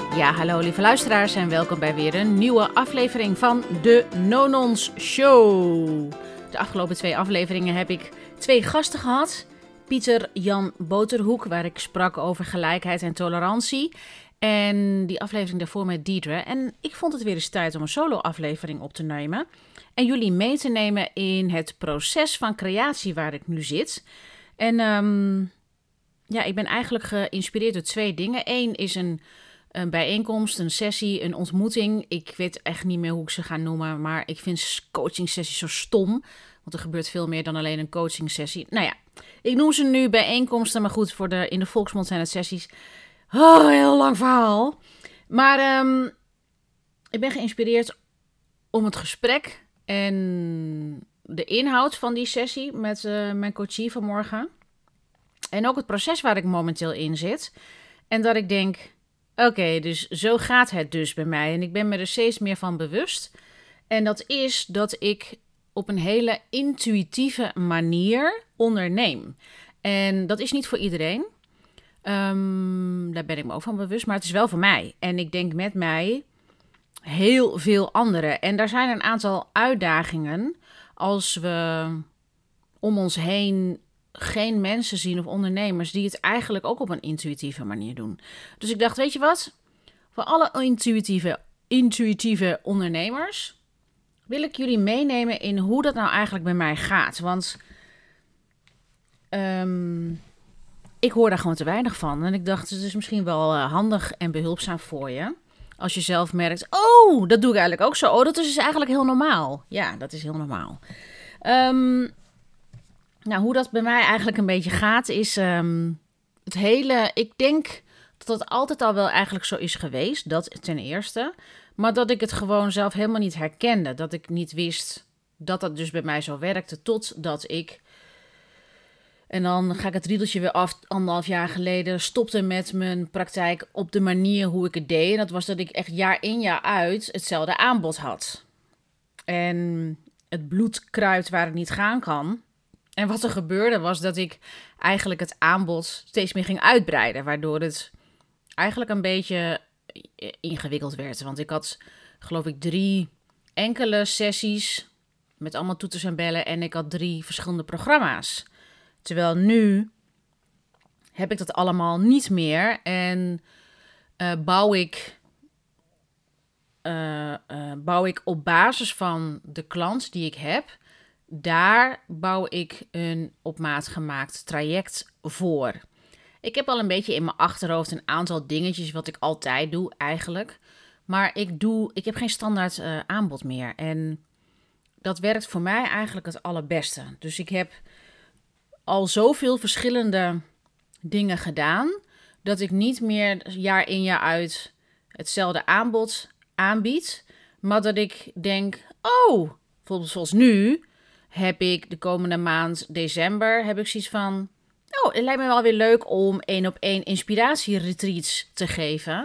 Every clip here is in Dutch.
Ja, hallo lieve luisteraars en welkom bij weer een nieuwe aflevering van de Nonons Show. De afgelopen 2 afleveringen heb ik 2 gasten gehad. Pieter Jan Boterhoek, waar ik sprak over gelijkheid en tolerantie. En die aflevering daarvoor met Diedre. En ik vond het weer eens tijd om een solo-aflevering op te nemen. En jullie mee te nemen in het proces van creatie waar ik nu zit. En ik ben eigenlijk geïnspireerd door 2 dingen. 1 is een bijeenkomst, een sessie, een ontmoeting. Ik weet echt niet meer hoe ik ze ga noemen, maar ik vind coaching sessies zo stom. Want er gebeurt veel meer dan alleen een coaching sessie. Nou ja, ik noem ze nu bijeenkomsten, maar goed, in de volksmond zijn het sessies. Oh, heel lang verhaal. Maar ik ben geïnspireerd om het gesprek en de inhoud van die sessie met mijn coachie vanmorgen. En ook het proces waar ik momenteel in zit. En dat ik denk, oké, dus zo gaat het dus bij mij. En ik ben me er steeds meer van bewust. En dat is dat ik op een hele intuïtieve manier onderneem. En dat is niet voor iedereen. Daar ben ik me ook van bewust. Maar het is wel voor mij. En ik denk met mij heel veel anderen. En daar zijn een aantal uitdagingen als we om ons heen geen mensen zien of ondernemers die het eigenlijk ook op een intuïtieve manier doen. Dus ik dacht, weet je wat? Voor alle intuïtieve ondernemers wil ik jullie meenemen in hoe dat nou eigenlijk bij mij gaat. Want ik hoor daar gewoon te weinig van. En ik dacht, het is misschien wel handig en behulpzaam voor je. Als je zelf merkt, oh, dat doe ik eigenlijk ook zo. Oh, dat is dus eigenlijk heel normaal. Ja, dat is heel normaal. Nou, hoe dat bij mij eigenlijk een beetje gaat, is het hele. Ik denk dat het altijd al wel eigenlijk zo is geweest, dat ten eerste. Maar dat ik het gewoon zelf helemaal niet herkende. Dat ik niet wist dat dat dus bij mij zo werkte, totdat ik. En dan ga ik het riedeltje weer af, 1,5 jaar geleden stopte met mijn praktijk op de manier hoe ik het deed. En dat was dat ik echt jaar in jaar uit hetzelfde aanbod had. En het bloed kruipt waar het niet gaan kan. En wat er gebeurde was dat ik eigenlijk het aanbod steeds meer ging uitbreiden. Waardoor het eigenlijk een beetje ingewikkeld werd. Want ik had, geloof ik, 3 enkele sessies met allemaal toeters en bellen. En ik had 3 verschillende programma's. Terwijl nu heb ik dat allemaal niet meer. En bouw ik op basis van de klant die ik heb. Daar bouw ik een op maat gemaakt traject voor. Ik heb al een beetje in mijn achterhoofd een aantal dingetjes wat ik altijd doe eigenlijk. Maar ik heb geen standaard aanbod meer. En dat werkt voor mij eigenlijk het allerbeste. Dus ik heb al zoveel verschillende dingen gedaan, dat ik niet meer jaar in jaar uit hetzelfde aanbod aanbied. Maar dat ik denk, oh, bijvoorbeeld zoals nu heb ik de komende maand december, heb ik zoiets van, oh, het lijkt me wel weer leuk om 1-op-1 inspiratieretreats te geven.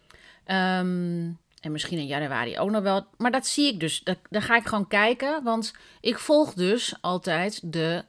En misschien in januari ook nog wel. Maar dat zie ik dus. Daar ga ik gewoon kijken. Want ik volg dus altijd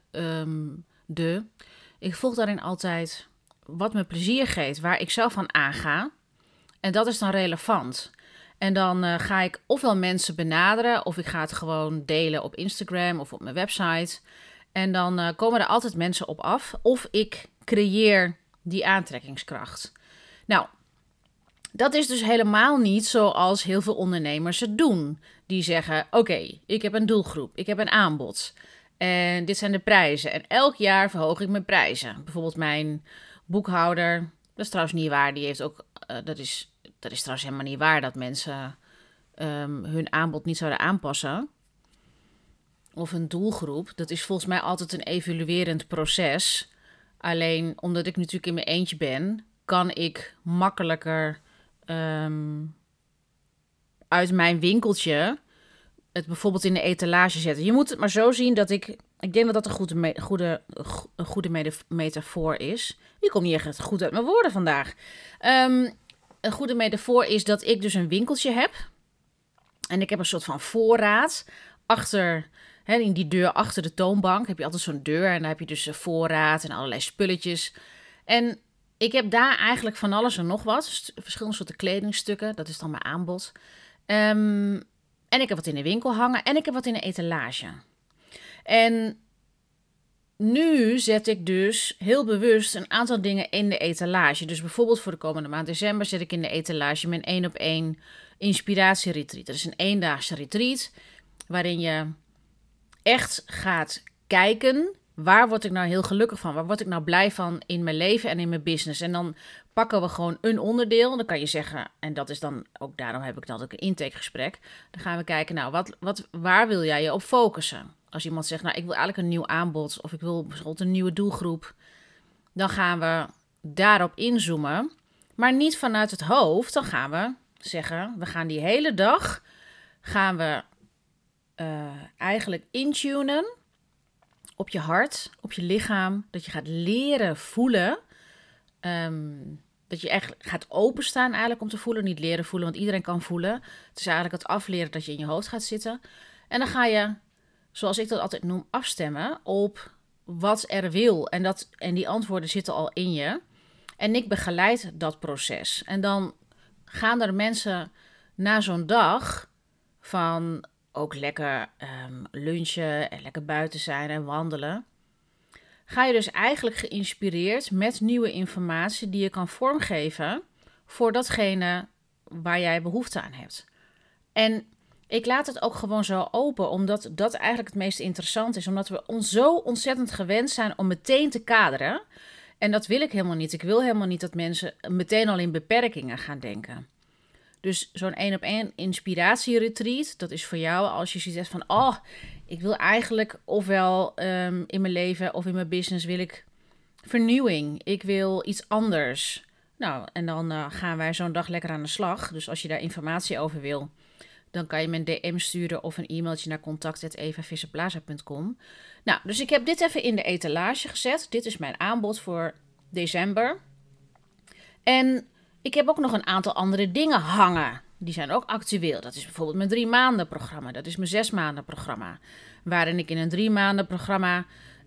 ik volg daarin altijd wat me plezier geeft. Waar ik zelf van aanga. En dat is dan relevant. En dan ga ik ofwel mensen benaderen, of ik ga het gewoon delen op Instagram of op mijn website. En dan komen er altijd mensen op af. Of ik creëer die aantrekkingskracht. Nou, dat is dus helemaal niet zoals heel veel ondernemers het doen. Die zeggen, oké, ik heb een doelgroep, ik heb een aanbod. En dit zijn de prijzen. En elk jaar verhoog ik mijn prijzen. Bijvoorbeeld mijn boekhouder, dat is trouwens niet waar. Die heeft ook, dat is trouwens helemaal niet waar dat mensen hun aanbod niet zouden aanpassen. Of een doelgroep. Dat is volgens mij altijd een evaluerend proces. Alleen omdat ik natuurlijk in mijn eentje ben, kan ik makkelijker uit mijn winkeltje het bijvoorbeeld in de etalage zetten. Je moet het maar zo zien dat ik denk dat dat een goede metafoor is. Ik kom niet echt goed uit mijn woorden vandaag. Een goede metafoor is dat ik dus een winkeltje heb. En ik heb een soort van voorraad achter, in die deur achter de toonbank heb je altijd zo'n deur. En daar heb je dus voorraad en allerlei spulletjes. En ik heb daar eigenlijk van alles en nog wat. Verschillende soorten kledingstukken, dat is dan mijn aanbod. En ik heb wat in de winkel hangen en ik heb wat in de etalage. En nu zet ik dus heel bewust een aantal dingen in de etalage. Dus bijvoorbeeld voor de komende maand december zet ik in de etalage mijn 1-op-1 inspiratieretreat. Dat is een eendaagse retreat waarin je echt gaat kijken, waar word ik nou heel gelukkig van? Waar word ik nou blij van in mijn leven en in mijn business? En dan pakken we gewoon een onderdeel. Dan kan je zeggen, en dat is dan ook daarom heb ik dan ook een intakegesprek. Dan gaan we kijken, nou, waar wil jij je op focussen? Als iemand zegt, nou, ik wil eigenlijk een nieuw aanbod of ik wil bijvoorbeeld een nieuwe doelgroep, dan gaan we daarop inzoomen. Maar niet vanuit het hoofd. Dan gaan we zeggen, we gaan die hele dag eigenlijk intunen op je hart, op je lichaam. Dat je gaat leren voelen. Dat je echt gaat openstaan eigenlijk om te voelen. Niet leren voelen, want iedereen kan voelen. Het is eigenlijk het afleren dat je in je hoofd gaat zitten. En dan ga je, zoals ik dat altijd noem, afstemmen op wat er wil. En die antwoorden zitten al in je. En ik begeleid dat proces. En dan gaan er mensen na zo'n dag van ook lekker lunchen en lekker buiten zijn en wandelen. Ga je dus eigenlijk geïnspireerd met nieuwe informatie die je kan vormgeven voor datgene waar jij behoefte aan hebt. En ik laat het ook gewoon zo open, omdat dat eigenlijk het meest interessant is. Omdat we ons zo ontzettend gewend zijn om meteen te kaderen. En dat wil ik helemaal niet. Ik wil helemaal niet dat mensen meteen al in beperkingen gaan denken. Dus zo'n 1-op-1 inspiratieretreat, dat is voor jou als je ziet van, ik wil eigenlijk ofwel in mijn leven of in mijn business wil ik vernieuwing. Ik wil iets anders. Nou, en dan gaan wij zo'n dag lekker aan de slag. Dus als je daar informatie over wil, dan kan je me een DM sturen of een e-mailtje naar contact@evavisserplaza.com. Nou, dus ik heb dit even in de etalage gezet. Dit is mijn aanbod voor december. En ik heb ook nog een aantal andere dingen hangen. Die zijn ook actueel. Dat is bijvoorbeeld mijn 3 maanden programma. Dat is mijn 6 maanden programma. Waarin ik in een 3 maanden programma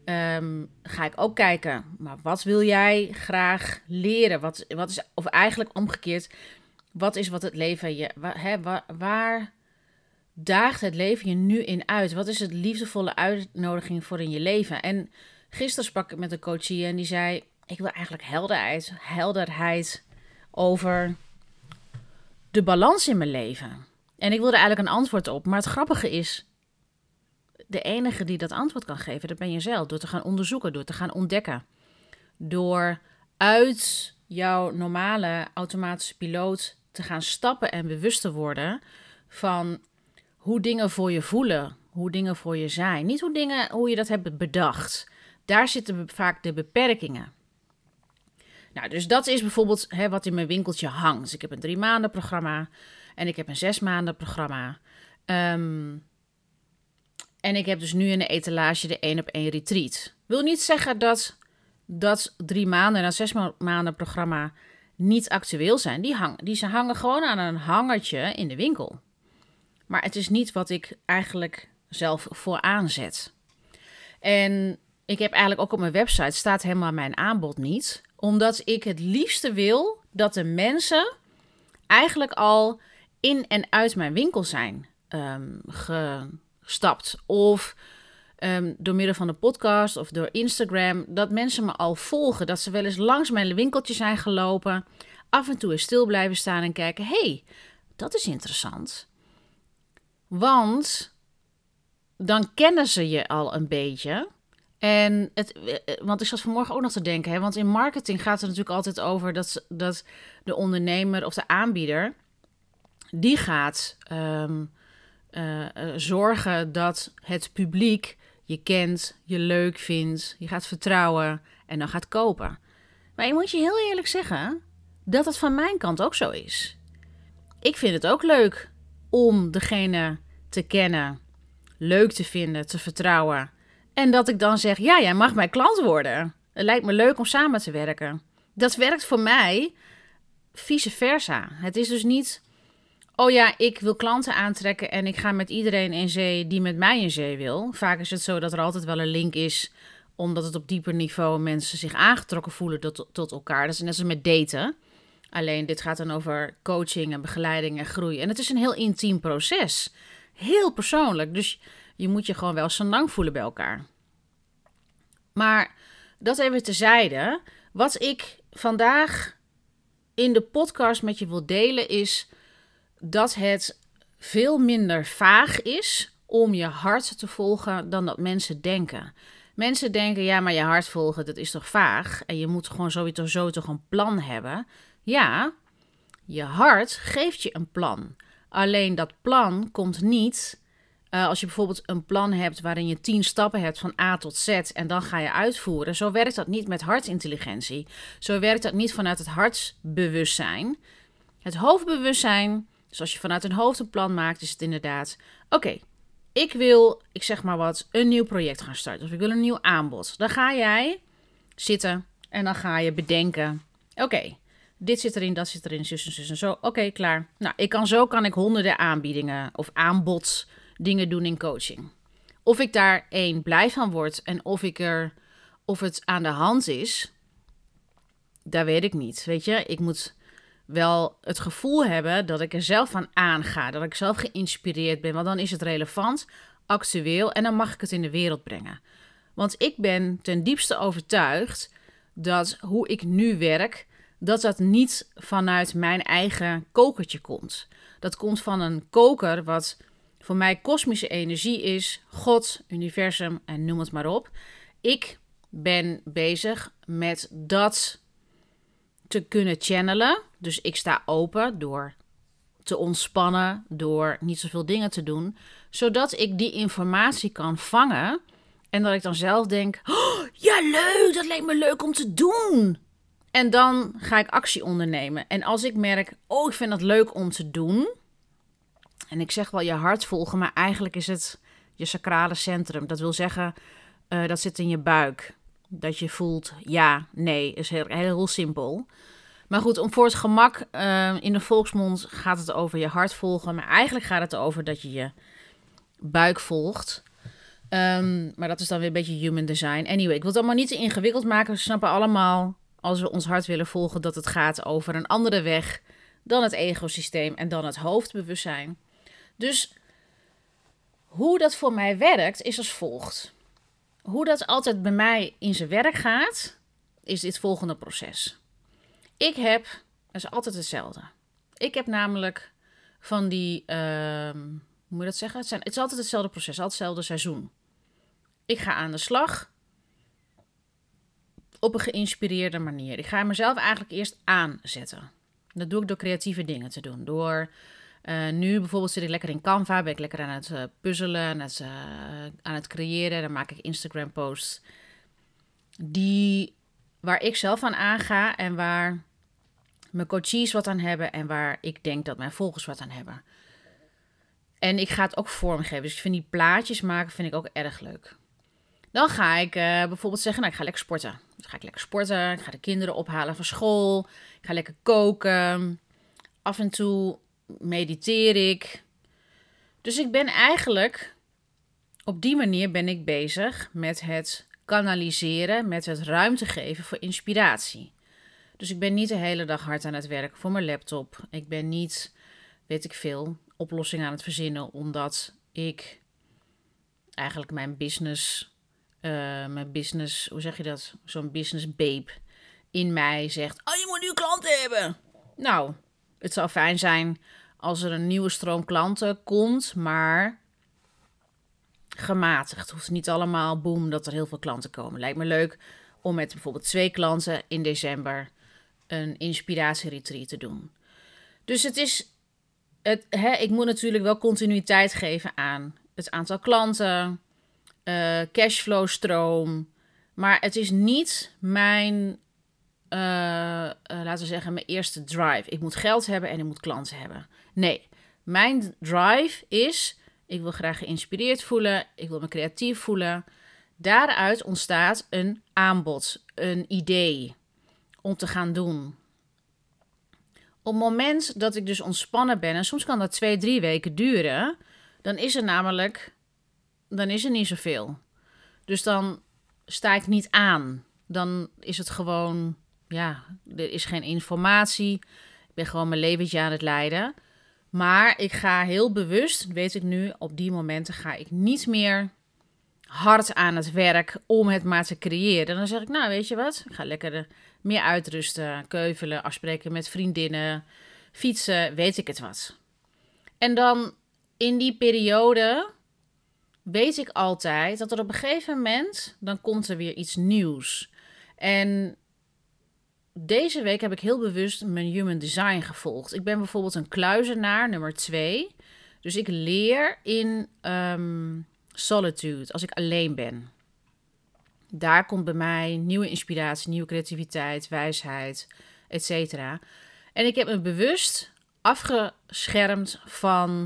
ga ik ook kijken. Maar wat wil jij graag leren? Wat is, of eigenlijk omgekeerd, wat is wat het leven je... Waar daagt het leven je nu in uit? Wat is het liefdevolle uitnodiging voor in je leven? En gisteren sprak ik met een coachie en die zei, ik wil eigenlijk helderheid over de balans in mijn leven. En ik wilde eigenlijk een antwoord op. Maar het grappige is, de enige die dat antwoord kan geven, dat ben je zelf. Door te gaan onderzoeken, door te gaan ontdekken. Door uit jouw normale automatische piloot te gaan stappen en bewust te worden van hoe dingen voor je voelen, hoe dingen voor je zijn. Niet hoe je dat hebt bedacht. Daar zitten vaak de beperkingen. Nou, dus dat is bijvoorbeeld wat in mijn winkeltje hangt. Dus ik heb een 3 maanden programma en ik heb een 6 maanden programma. En ik heb dus nu in de etalage de 1-op-1 retreat. Wil niet zeggen dat 3 maanden en dat 6 maanden programma niet actueel zijn. Die hangen gewoon aan een hangertje in de winkel. Maar het is niet wat ik eigenlijk zelf vooraan zet. En ik heb eigenlijk ook op mijn website staat helemaal mijn aanbod niet. Omdat ik het liefste wil dat de mensen eigenlijk al in en uit mijn winkel zijn gestapt. Of door middel van de podcast of door Instagram. Dat mensen me al volgen. Dat ze wel eens langs mijn winkeltje zijn gelopen. Af en toe eens stil blijven staan en kijken. Hé, dat is interessant. Want dan kennen ze je al een beetje. Want ik zat vanmorgen ook nog te denken. Want in marketing gaat het natuurlijk altijd over dat de ondernemer of de aanbieder, die gaat zorgen dat het publiek je kent, je leuk vindt, je gaat vertrouwen en dan gaat kopen. Maar je moet je heel eerlijk zeggen dat het van mijn kant ook zo is. Ik vind het ook leuk om degene te kennen, leuk te vinden, te vertrouwen. En dat ik dan zeg, ja, jij mag mijn klant worden. Het lijkt me leuk om samen te werken. Dat werkt voor mij vice versa. Het is dus niet, oh ja, ik wil klanten aantrekken en ik ga met iedereen in zee die met mij in zee wil. Vaak is het zo dat er altijd wel een link is Omdat het op dieper niveau mensen zich aangetrokken voelen tot elkaar. Dat is net als met daten. Alleen dit gaat dan over coaching en begeleiding en groei. En het is een heel intiem proces. Heel persoonlijk. Dus je moet je gewoon wel lang voelen bij elkaar. Maar dat even tezijde. Wat ik vandaag in de podcast met je wil delen is dat het veel minder vaag is om je hart te volgen dan dat mensen denken. Mensen denken, ja, maar je hart volgen, dat is toch vaag? En je moet gewoon sowieso toch een plan hebben? Ja, je hart geeft je een plan. Alleen dat plan komt niet als je bijvoorbeeld een plan hebt waarin je 10 stappen hebt van A tot Z en dan ga je uitvoeren. Zo werkt dat niet met hartintelligentie. Zo werkt dat niet vanuit het hartsbewustzijn. Het hoofdbewustzijn, dus als je vanuit een hoofd een plan maakt, is het inderdaad, oké, ik wil, ik zeg maar wat, een nieuw project gaan starten. Of ik wil een nieuw aanbod. Dan ga jij zitten en dan ga je bedenken, oké, dit zit erin, dat zit erin, zus en zo. Oké, klaar. Nou, kan ik honderden aanbiedingen of aanboddingen doen in coaching. Of ik daar blij van word en of het aan de hand is, dat weet ik niet. Weet je, ik moet wel het gevoel hebben dat ik er zelf aan aanga, dat ik zelf geïnspireerd ben, want dan is het relevant, actueel en dan mag ik het in de wereld brengen. Want ik ben ten diepste overtuigd dat hoe ik nu werk, dat niet vanuit mijn eigen kokertje komt. Dat komt van een koker wat voor mij kosmische energie is, God, universum en noem het maar op. Ik ben bezig met dat te kunnen channelen. Dus ik sta open door te ontspannen, door niet zoveel dingen te doen, zodat ik die informatie kan vangen en dat ik dan zelf denk, oh, ja leuk, dat lijkt me leuk om te doen. En dan ga ik actie ondernemen. En als ik merk, oh, ik vind dat leuk om te doen, en ik zeg wel je hart volgen, maar eigenlijk is het je sacrale centrum. Dat wil zeggen, dat zit in je buik. Dat je voelt, ja, nee, is heel simpel. Maar goed, voor het gemak, in de volksmond gaat het over je hart volgen. Maar eigenlijk gaat het over dat je je buik volgt. Maar dat is dan weer een beetje human design. Anyway, ik wil het allemaal niet te ingewikkeld maken. We snappen allemaal, als we ons hart willen volgen, dat het gaat over een andere weg dan het egosysteem en dan het hoofdbewustzijn. Dus hoe dat voor mij werkt, is als volgt. Hoe dat altijd bij mij in zijn werk gaat, is dit volgende proces. Dat is altijd hetzelfde. Ik heb namelijk van die, hoe moet je dat zeggen? Het is altijd hetzelfde proces, altijd hetzelfde seizoen. Ik ga aan de slag op een geïnspireerde manier. Ik ga mezelf eigenlijk eerst aanzetten. Dat doe ik door creatieve dingen te doen. Nu bijvoorbeeld zit ik lekker in Canva, ben ik lekker aan het puzzelen, aan het creëren. Dan maak ik Instagram posts waar ik zelf aan aanga en waar mijn coaches wat aan hebben en waar ik denk dat mijn volgers wat aan hebben. En ik ga het ook vormgeven. Dus ik vind die plaatjes maken vind ik ook erg leuk. Dan ga ik bijvoorbeeld zeggen, nou, ik ga lekker sporten. Dus ga ik lekker sporten, ik ga de kinderen ophalen van school, ik ga lekker koken. Af en toe mediteer ik. Dus ik ben eigenlijk, op die manier ben ik bezig met het kanaliseren, met het ruimte geven voor inspiratie. Dus ik ben niet de hele dag hard aan het werken voor mijn laptop. Ik ben niet, weet ik veel, oplossingen aan het verzinnen, omdat ik eigenlijk mijn business, hoe zeg je dat? Zo'n business babe in mij zegt, oh, je moet nu klanten hebben. Nou, het zou fijn zijn als er een nieuwe stroom klanten komt, maar gematigd. Het hoeft niet allemaal boem dat er heel veel klanten komen. Lijkt me leuk om met bijvoorbeeld 2 klanten in december een inspiratieretreat te doen. Dus ik moet natuurlijk wel continuïteit geven aan het aantal klanten, cashflow-stroom. Maar het is niet mijn, laten we zeggen, mijn eerste drive. Ik moet geld hebben en ik moet klanten hebben. Nee, mijn drive is, ik wil graag geïnspireerd voelen, ik wil me creatief voelen. Daaruit ontstaat een aanbod, een idee om te gaan doen. Op het moment dat ik dus ontspannen ben, en soms kan dat 2-3 weken duren, dan is er niet zoveel. Dus dan sta ik niet aan. Dan is het gewoon, ja, er is geen informatie. Ik ben gewoon mijn leventje aan het leiden. Maar ik ga heel bewust, weet ik nu, op die momenten ga ik niet meer hard aan het werk om het maar te creëren. En dan zeg ik, nou weet je wat, ik ga lekker meer uitrusten, keuvelen, afspreken met vriendinnen, fietsen, weet ik het wat. En dan in die periode weet ik altijd dat er op een gegeven moment, dan komt er weer iets nieuws. En deze week heb ik heel bewust mijn human design gevolgd. Ik ben bijvoorbeeld een kluizenaar, nummer 2. Dus ik leer in solitude, als ik alleen ben. Daar komt bij mij nieuwe inspiratie, nieuwe creativiteit, wijsheid, etc. En ik heb me bewust afgeschermd van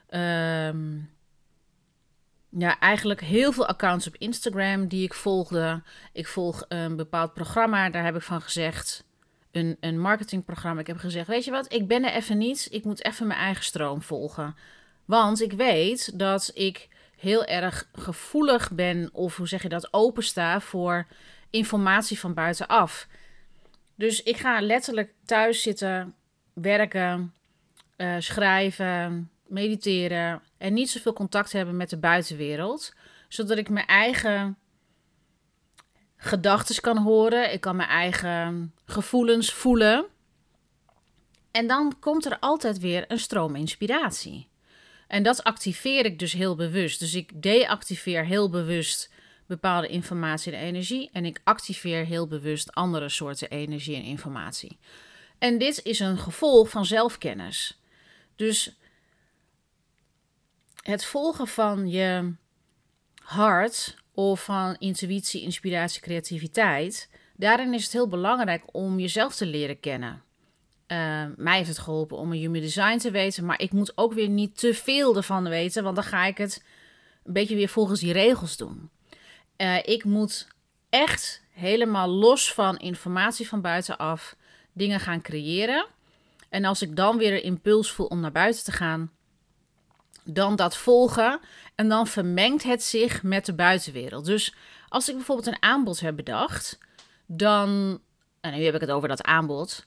eigenlijk heel veel accounts op Instagram die ik volgde. Ik volg een bepaald programma, daar heb ik van gezegd, een marketingprogramma. Ik heb gezegd, weet je wat, ik ben er even niet. Ik moet even mijn eigen stroom volgen. Want ik weet dat ik heel erg gevoelig ben, of hoe zeg je dat, opensta voor informatie van buitenaf. Dus ik ga letterlijk thuis zitten, werken, schrijven, mediteren en niet zoveel contact hebben met de buitenwereld, zodat ik mijn eigen gedachten kan horen, ik kan mijn eigen gevoelens voelen. En dan komt er altijd weer een stroom inspiratie. En dat activeer ik dus heel bewust. Dus ik deactiveer heel bewust bepaalde informatie en energie en ik activeer heel bewust andere soorten energie en informatie. En dit is een gevolg van zelfkennis. Dus het volgen van je hart of van intuïtie, inspiratie, creativiteit, daarin is het heel belangrijk om jezelf te leren kennen. Mij heeft het geholpen om een human design te weten, maar ik moet ook weer niet te veel ervan weten, want dan ga ik het een beetje weer volgens die regels doen. Ik moet echt helemaal los van informatie van buitenaf dingen gaan creëren. En als ik dan weer een impuls voel om naar buiten te gaan, dan dat volgen en dan vermengt het zich met de buitenwereld. Dus als ik bijvoorbeeld een aanbod heb bedacht, dan, en nu heb ik het over dat aanbod,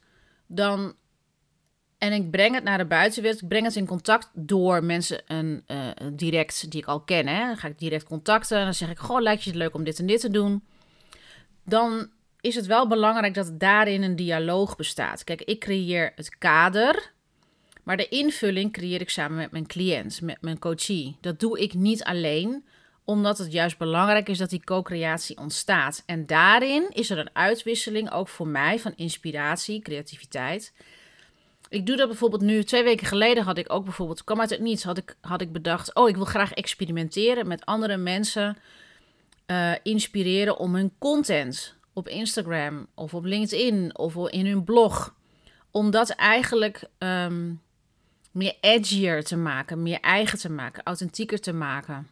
en ik breng het naar de buitenwereld, ik breng het in contact door mensen direct die ik al ken. Hè. Dan ga ik direct contacten en dan zeg ik, goh, lijkt je het leuk om dit en dit te doen? Dan is het wel belangrijk dat daarin een dialoog bestaat. Kijk, ik creëer het kader, maar de invulling creëer ik samen met mijn cliënt, met mijn coachie. Dat doe ik niet alleen, omdat het juist belangrijk is dat die co-creatie ontstaat. En daarin is er een uitwisseling, ook voor mij, van inspiratie, creativiteit. Ik doe dat bijvoorbeeld nu, 2 weken geleden had ik ook bijvoorbeeld, kwam uit het niets, had ik bedacht, ik wil graag experimenteren met andere mensen, inspireren om hun content op Instagram of op LinkedIn of in hun blog, om dat eigenlijk meer edgier te maken, meer eigen te maken, authentieker te maken.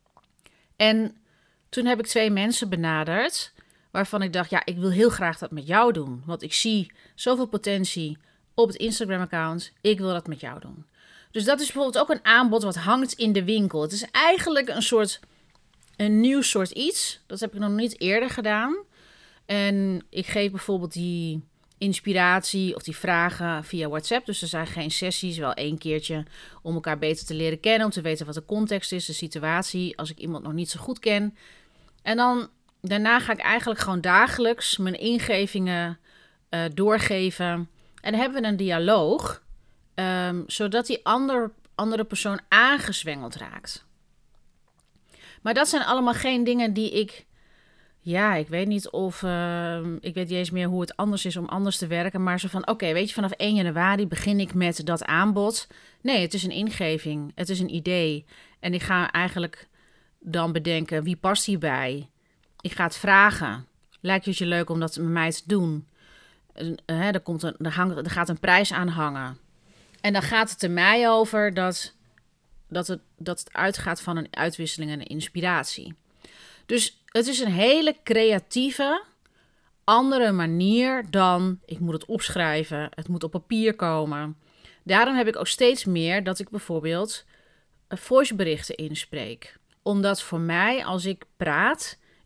En toen heb ik 2 mensen benaderd waarvan ik dacht, ja, ik wil heel graag dat met jou doen. Want ik zie zoveel potentie op het Instagram-account. Ik wil dat met jou doen. Dus dat is bijvoorbeeld ook een aanbod wat hangt in de winkel. Het is eigenlijk een nieuw soort iets. Dat heb ik nog niet eerder gedaan. En ik geef bijvoorbeeld die inspiratie of die vragen via WhatsApp. Dus er zijn geen sessies, wel 1 keertje om elkaar beter te leren kennen, om te weten wat de context is, de situatie, als ik iemand nog niet zo goed ken. En dan daarna ga ik eigenlijk gewoon dagelijks mijn ingevingen doorgeven. En dan hebben we een dialoog, zodat die andere persoon aangezwengeld raakt. Maar dat zijn allemaal geen dingen die ik weet niet of, ik weet niet eens meer hoe het anders is om anders te werken. Maar zo van, oké, weet je, vanaf 1 januari begin ik met dat aanbod. Nee, het is een ingeving, het is een idee. En ik ga eigenlijk dan bedenken, wie past hierbij? Ik ga het vragen. Lijkt het je leuk om dat met mij te doen? Er gaat een prijs aan hangen. En dan gaat het er mij over dat het uitgaat van een uitwisseling en een inspiratie. Dus het is een hele creatieve, andere manier dan ik moet het opschrijven, het moet op papier komen. Daarom heb ik ook steeds meer dat ik bijvoorbeeld voiceberichten inspreek. Omdat voor mij, als ik praat,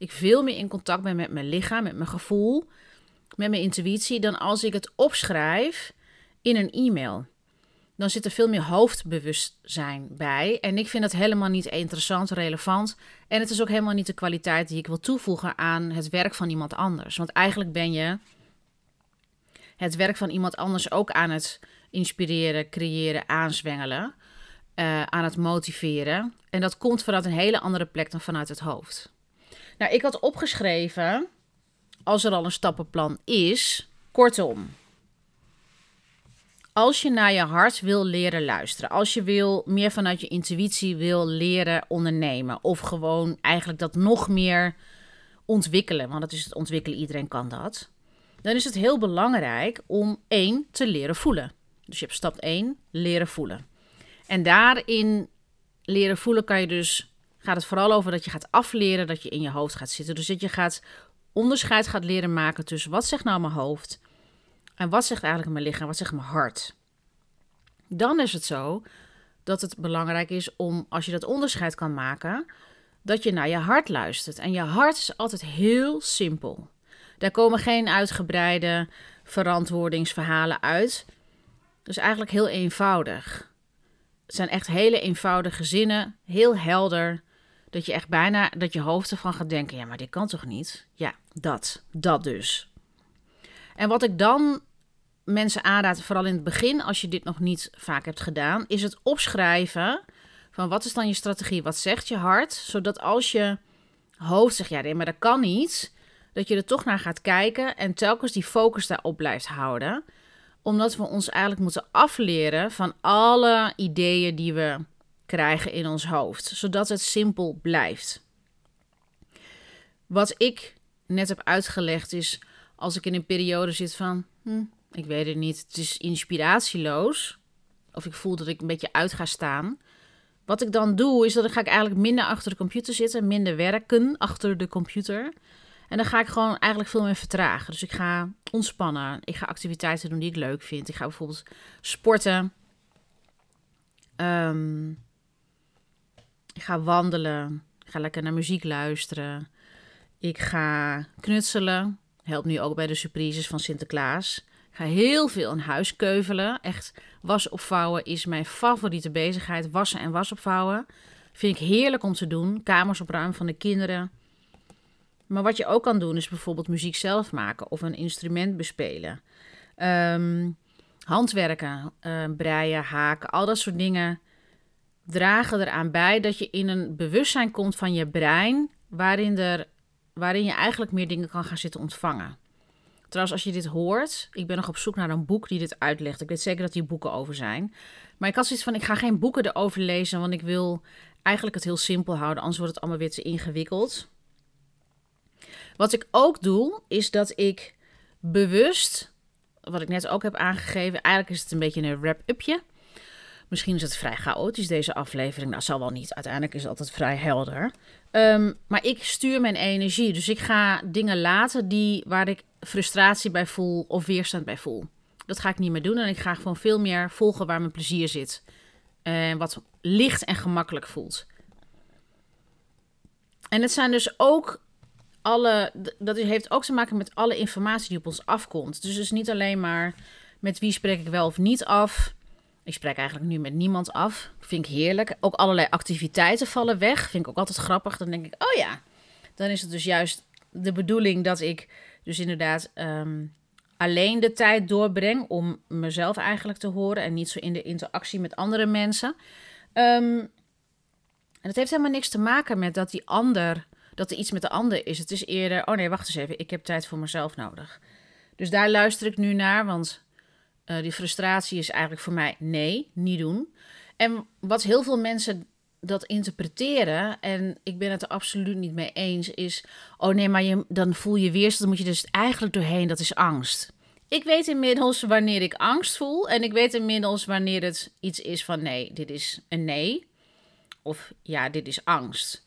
ik veel meer in contact ben met mijn lichaam, met mijn gevoel, met mijn intuïtie, dan als ik het opschrijf in een e-mail. Dan zit er veel meer hoofdbewustzijn bij. En ik vind dat helemaal niet interessant, relevant. En het is ook helemaal niet de kwaliteit die ik wil toevoegen aan het werk van iemand anders. Want eigenlijk ben je het werk van iemand anders ook aan het inspireren, creëren, aanzwengelen. Aan het motiveren. En dat komt vanuit een hele andere plek dan vanuit het hoofd. Nou, ik had opgeschreven, als er al een stappenplan is, kortom. Als je naar je hart wil leren luisteren, als je wil meer vanuit je intuïtie wil leren ondernemen, of gewoon eigenlijk dat nog meer ontwikkelen, want dat is het ontwikkelen, iedereen kan dat, dan is het heel belangrijk om 1 te leren voelen. Dus je hebt stap 1, leren voelen. En daarin leren voelen gaat het vooral over dat je gaat afleren, dat je in je hoofd gaat zitten. Dus dat je onderscheid gaat leren maken tussen wat zegt nou mijn hoofd en wat zegt eigenlijk mijn lichaam, wat zegt mijn hart. Dan is het zo dat het belangrijk is om, als je dat onderscheid kan maken, dat je naar je hart luistert. En je hart is altijd heel simpel. Daar komen geen uitgebreide verantwoordingsverhalen uit. Dus eigenlijk heel eenvoudig. Het zijn echt hele eenvoudige zinnen, heel helder, dat je echt bijna, dat je hoofd ervan gaat denken, ja, maar dit kan toch niet? Ja, dat dus. En wat ik dan mensen aanraad, vooral in het begin, als je dit nog niet vaak hebt gedaan, is het opschrijven van wat is dan je strategie, wat zegt je hart, zodat als je hoofd zegt, ja, nee, maar dat kan niet, dat je er toch naar gaat kijken en telkens die focus daarop blijft houden, omdat we ons eigenlijk moeten afleren van alle ideeën die we krijgen in ons hoofd, zodat het simpel blijft. Wat ik net heb uitgelegd is, als ik in een periode zit van, ik weet het niet, het is inspiratieloos, of ik voel dat ik een beetje uit ga staan. Wat ik dan doe, is dat dan ga ik eigenlijk minder achter de computer zitten, minder werken achter de computer. En dan ga ik gewoon eigenlijk veel meer vertragen. Dus ik ga ontspannen, ik ga activiteiten doen die ik leuk vind. Ik ga bijvoorbeeld sporten. Ik ga wandelen. Ik ga lekker naar muziek luisteren. Ik ga knutselen. Helpt nu ook bij de surprises van Sinterklaas. Ik ga heel veel in huis keuvelen. Echt, was opvouwen is mijn favoriete bezigheid. Wassen en was opvouwen. Vind ik heerlijk om te doen. Kamers opruimen van de kinderen. Maar wat je ook kan doen is bijvoorbeeld muziek zelf maken of een instrument bespelen. Handwerken, breien, haken, al dat soort dingen dragen eraan bij dat je in een bewustzijn komt van je brein, waarin je eigenlijk meer dingen kan gaan zitten ontvangen. Trouwens, als je dit hoort, ik ben nog op zoek naar een boek die dit uitlegt. Ik weet zeker dat hier boeken over zijn. Maar ik had zoiets van, ik ga geen boeken erover lezen, want ik wil eigenlijk het heel simpel houden, anders wordt het allemaal weer te ingewikkeld. Wat ik ook doe, is dat ik bewust, wat ik net ook heb aangegeven, eigenlijk is het een beetje een wrap-upje. Misschien is het vrij chaotisch, deze aflevering. Nou, zal wel niet. Uiteindelijk is het altijd vrij helder. Maar ik stuur mijn energie. Dus ik ga dingen laten waar ik frustratie bij voel of weerstand bij voel. Dat ga ik niet meer doen. En ik ga gewoon veel meer volgen waar mijn plezier zit. En wat licht en gemakkelijk voelt. En het zijn dus ook heeft ook te maken met alle informatie die op ons afkomt. Dus het is niet alleen maar met wie spreek ik wel of niet af. Ik spreek eigenlijk nu met niemand af. Vind ik heerlijk. Ook allerlei activiteiten vallen weg. Vind ik ook altijd grappig. Dan denk ik, oh ja. Dan is het dus juist de bedoeling dat ik dus inderdaad alleen de tijd doorbreng om mezelf eigenlijk te horen en niet zo in de interactie met andere mensen. En het heeft helemaal niks te maken met dat er iets met de ander is. Het is eerder, oh nee, wacht eens even, ik heb tijd voor mezelf nodig. Dus daar luister ik nu naar, want die frustratie is eigenlijk voor mij, nee, niet doen. En wat heel veel mensen dat interpreteren, en ik ben het er absoluut niet mee eens, is, oh nee, maar dan voel je weerstand, dan moet je dus eigenlijk doorheen, dat is angst. Ik weet inmiddels wanneer ik angst voel en ik weet inmiddels wanneer het iets is van, nee, dit is een nee. Of ja, dit is angst.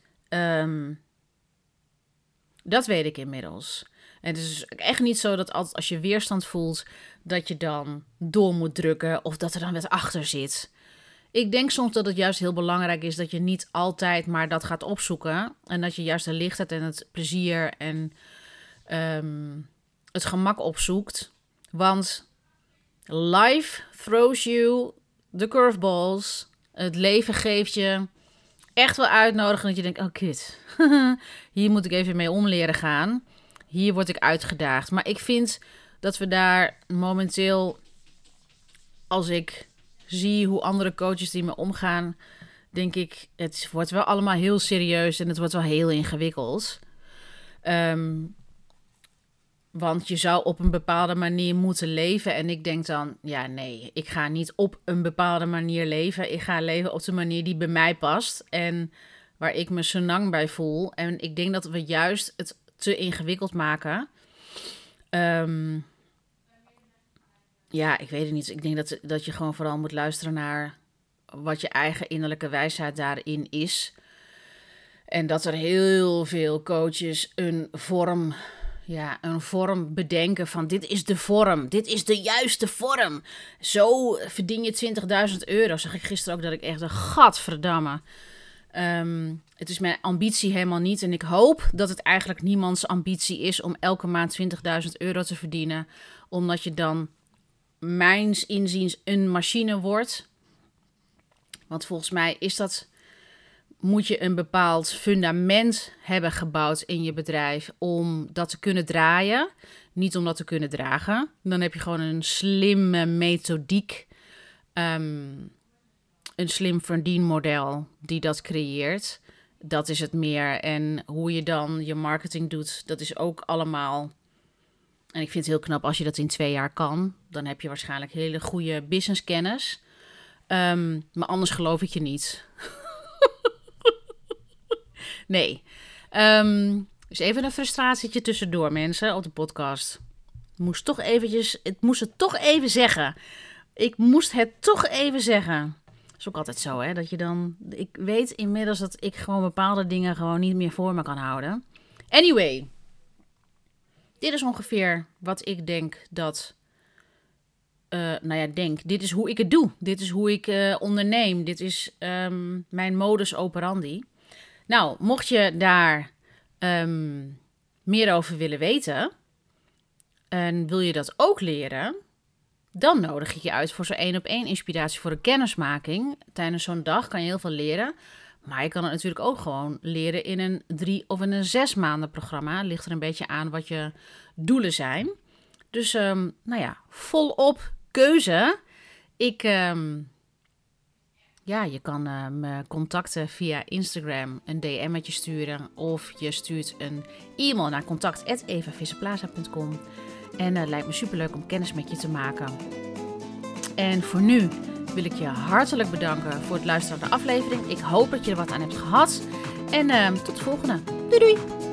Dat weet ik inmiddels. En het is dus echt niet zo dat als je weerstand voelt, dat je dan door moet drukken of dat er dan wat achter zit. Ik denk soms dat het juist heel belangrijk is dat je niet altijd maar dat gaat opzoeken. En dat je juist de lichtheid en het plezier en het gemak opzoekt. Want life throws you the curveballs. Het leven geeft je echt wel uitnodigen dat je denkt, oh kut, hier moet ik even mee om leren gaan. Hier word ik uitgedaagd. Maar ik vind dat we daar momenteel, als ik zie hoe andere coaches die mee omgaan, denk ik, het wordt wel allemaal heel serieus en het wordt wel heel ingewikkeld. Want je zou op een bepaalde manier moeten leven. En ik denk dan, ja nee, ik ga niet op een bepaalde manier leven. Ik ga leven op de manier die bij mij past. En waar ik me senang bij voel. En ik denk dat we juist het te ingewikkeld maken. Ja, ik weet het niet. Ik denk dat je gewoon vooral moet luisteren naar wat je eigen innerlijke wijsheid daarin is. En dat er heel veel coaches een vorm bedenken van dit is de vorm, dit is de juiste vorm. Zo verdien je €20.000. Zag ik gisteren ook dat ik echt dacht, gadverdamme. Het is mijn ambitie helemaal niet. En ik hoop dat het eigenlijk niemands ambitie is om elke maand €20.000 te verdienen. Omdat je dan mijns inziens een machine wordt. Want volgens mij moet je een bepaald fundament hebben gebouwd in je bedrijf om dat te kunnen draaien. Niet om dat te kunnen dragen. Dan heb je gewoon een slimme methodiek, een slim verdienmodel die dat creëert. Dat is het meer. En hoe je dan je marketing doet, dat is ook allemaal. En ik vind het heel knap als je dat in 2 jaar kan. Dan heb je waarschijnlijk hele goede businesskennis. Maar anders geloof ik je niet. Nee. Dus even een frustratietje tussendoor, mensen, op de podcast. Ik moest het toch even zeggen. Ik moest het toch even zeggen. Dat is ook altijd zo, hè. Dat je dan. Ik weet inmiddels dat ik gewoon bepaalde dingen gewoon niet meer voor me kan houden. Anyway. Dit is ongeveer wat ik denk dat. Dit is hoe ik het doe. Dit is hoe ik onderneem. Dit is mijn modus operandi. Nou, mocht je daar meer over willen weten en wil je dat ook leren, dan nodig ik je uit voor zo'n 1-op-1 inspiratie voor een kennismaking. Tijdens zo'n dag kan je heel veel leren, maar je kan het natuurlijk ook gewoon leren in een 3 of in een 6 maanden programma. Ligt er een beetje aan wat je doelen zijn. Dus volop keuze. Je kan me contacten via Instagram, een DM'tje sturen. Of je stuurt een e-mail naar contact@evavisserplaza.com. En het lijkt me superleuk om kennis met je te maken. En voor nu wil ik je hartelijk bedanken voor het luisteren naar de aflevering. Ik hoop dat je er wat aan hebt gehad. En tot de volgende. Doei doei!